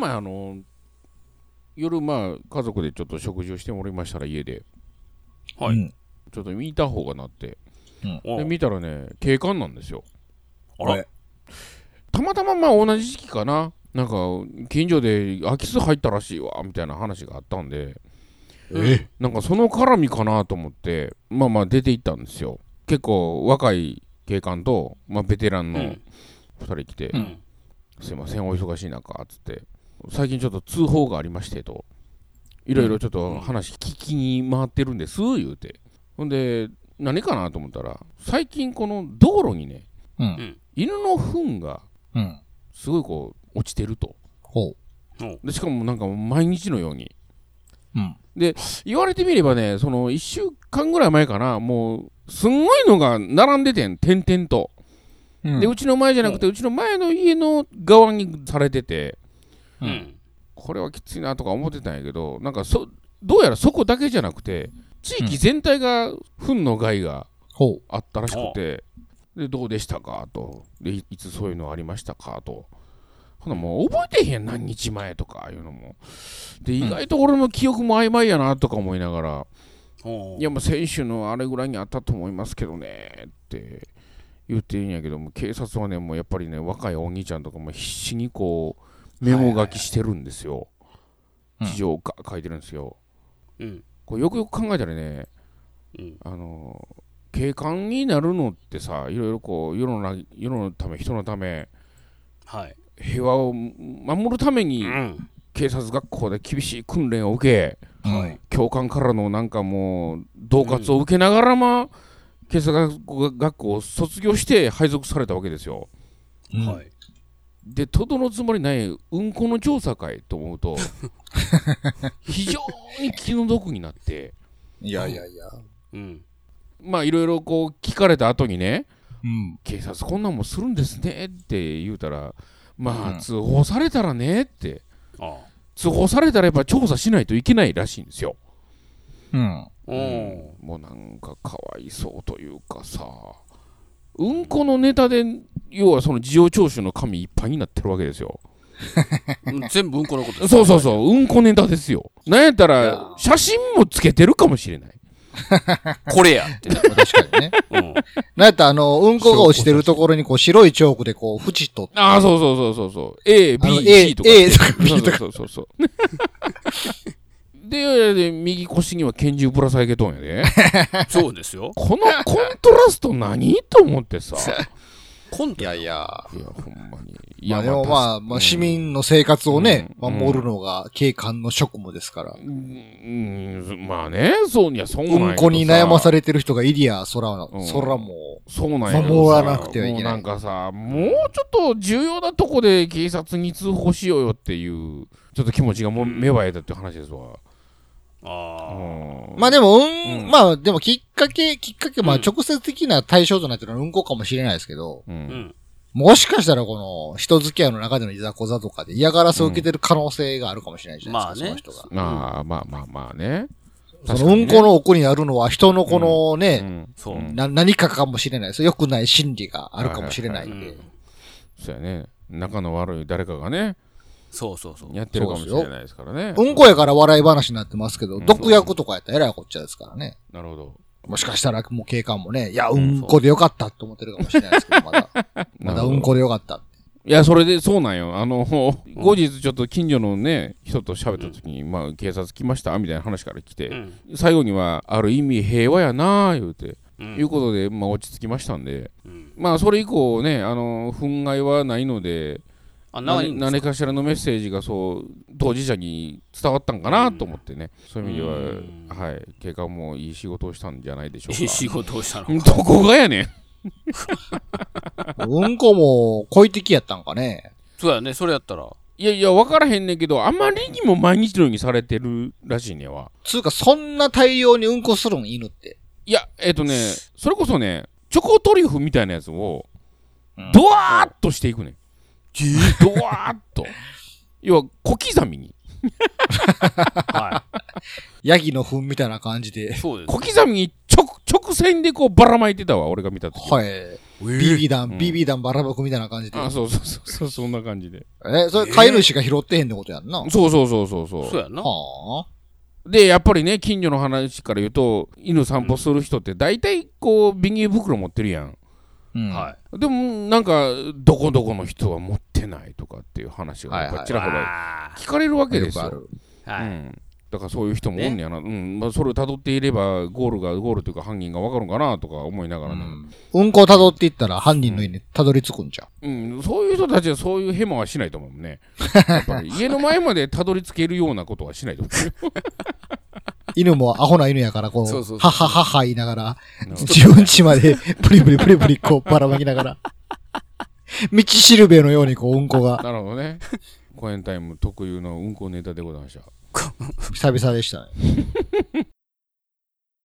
前夜家族でちょっと食事をしておりましたら家で、 はい、 ちょっと見た方がなって、 で見たらね警官なんですよ。 あら、 たまたま同じ時期かな、なんか近所で空き巣入ったらしいわみたいな話があったんで、なんかその絡みかなと思って出て行ったんですよ。結構若い警官と、ベテランの2人来て、すいませんお忙しい中つって、最近ちょっと通報がありましてと、いろいろちょっと話聞きに回ってるんです言うて、ほんで何かなと思ったら、最近この道路にね、犬の糞がすごいこう落ちてると、でしかもなんか毎日のように、で言われてみればね、その1週間ぐらい前かな、もうすんごいのが並んでてん、点々と、でうちの前じゃなくて、うちの前の家の側にされてて、これはきついなとか思ってたんやけど、なんかどうやらそこだけじゃなくて地域全体が糞の害があったらしくて、でどうでしたかと、でいつそういうのありましたかと、ほなもう覚えてへん、何日前とかいうのもで、意外と俺の記憶も曖昧やなとか思いながら、いや先週のあれぐらいにあったと思いますけどねって言っていいんやけども、警察はねもうやっぱりね、若いお兄ちゃんとかも必死にこうメモ書きしてるんですよ。事情が書いてるんですよ。これよくよく考えたらね、警官になるのってさ、いろいろこう世のため人のため、平和を守るために、警察学校で厳しい訓練を受け、教官からのなんかもう恫喝を受けながら警察学校を卒業して配属されたわけですよ。でとどのつもりないうんこの調査会と思うと非常に気の毒になって、 いや、 いろいろこう聞かれた後にね、警察こんなんもするんですねって言うたら、通報されたらねって、通報されたらやっぱ調査しないといけないらしいんですよ。もうなんかかわいそうというかさ、うんこのネタで要はその事情聴取の紙いっぱいになってるわけですよ。 全部うんこのことです。 そううんこネタですよ。なんやったら写真もつけてるかもしれない。 これやって確かにね。なんやったらうんこが落ちてるところにこう白いチョークでこう縁とって、 そう A B C とか A とか B とかそうで右腰には拳銃ぶら下げとんやで。 そうですよ。 このコントラスト何と思ってさ。 いやいやほんまに。 でも市民の生活をね、守るのが警官の職務ですから。 そういや、そうなんやけどさ。 うんこに悩まされてる人がいりゃ、そらもう、 そうなんや守らなくてはいけない。 なんかさ、もうちょっと重要なとこで警察に通報しようよっていう、ちょっと気持ちがもう芽生えたっていう話ですわ。 でもきっかけ、直接的な対象となってるのはうんこかもしれないですけど、もしかしたらこの人付き合いの中でのいざこざとかで嫌がらせを受けてる可能性があるかもしれないじゃないですか、その人が。 ね。 そのうんこの奥にあるのは人のこのね、何かかもしれないです。良くない心理があるかもしれないんで。 そうやね。仲の悪い誰かがね。やってるかもしれないですからね。 うんこやから笑い話になってますけど、毒薬とかやったらえらいこっちゃですからね。 なるほど。 もしかしたらもう警官もね、いや、うんこでよかったって思ってるかもしれないですけど、まだうんこでよかった。 いや、それでそうなんよ。後日ちょっと近所のね、人と喋った時に、警察来ましたみたいな話から来て、最後には、ある意味平和やなぁ、言うて、いうことで、落ち着きましたんで、それ以降ね、憤慨はないので、何かしらのメッセージが当事者に伝わったんかなと思ってね、そういう意味では、警官もいい仕事をしたんじゃないでしょうか。 いい仕事をしたのか。 どこがやねん。 うんこも故意的やったんかね。 そうやね、それやったら。 いや、分からへんねんけど、あまりにも毎日のようにされてるらしいねわ。 つうか、そんな大量にうんこするん、犬って。 いや、それこそね、チョコトリュフみたいなやつを、ドワーッとしていくねん。ドワーッと。要は、小刻みに。 ヤギの糞みたいな感じで。 そうです。 小刻みに直線でこうばらまいてたわ、俺が見たとき。 BB 弾ばらまくみたいな感じで。 あ、そう、そんな感じで。 それ飼い主が拾ってへんってことやんな。 そう。 そうやんな。 はあ。で、やっぱりね、近所の話から言うと、犬散歩する人って大体こう、ビニール袋持ってるやん。 はい。 でも、なんか、どこどこの人は持ってないとかっていう話が、やっぱちらほら聞かれるわけですよ。 はい。 だからそういう人もおんねやな。まあ、それを辿っていれば、ゴールというか犯人がわかるんかなとか思いながらね。 うんこを辿っていったら犯人の家に辿り着くんじゃん。そういう人たちはそういうヘマはしないと思うもんね。やっぱり家の前まで辿り着けるようなことはしないと思う。 犬もアホな犬やから、こう、はははは言いながら、自分家までプリプリこうばらまきながら、道しるべのようにこううんこが。 なるほどね。コエンタイム特有のうんこネタでございました。 久々でしたね。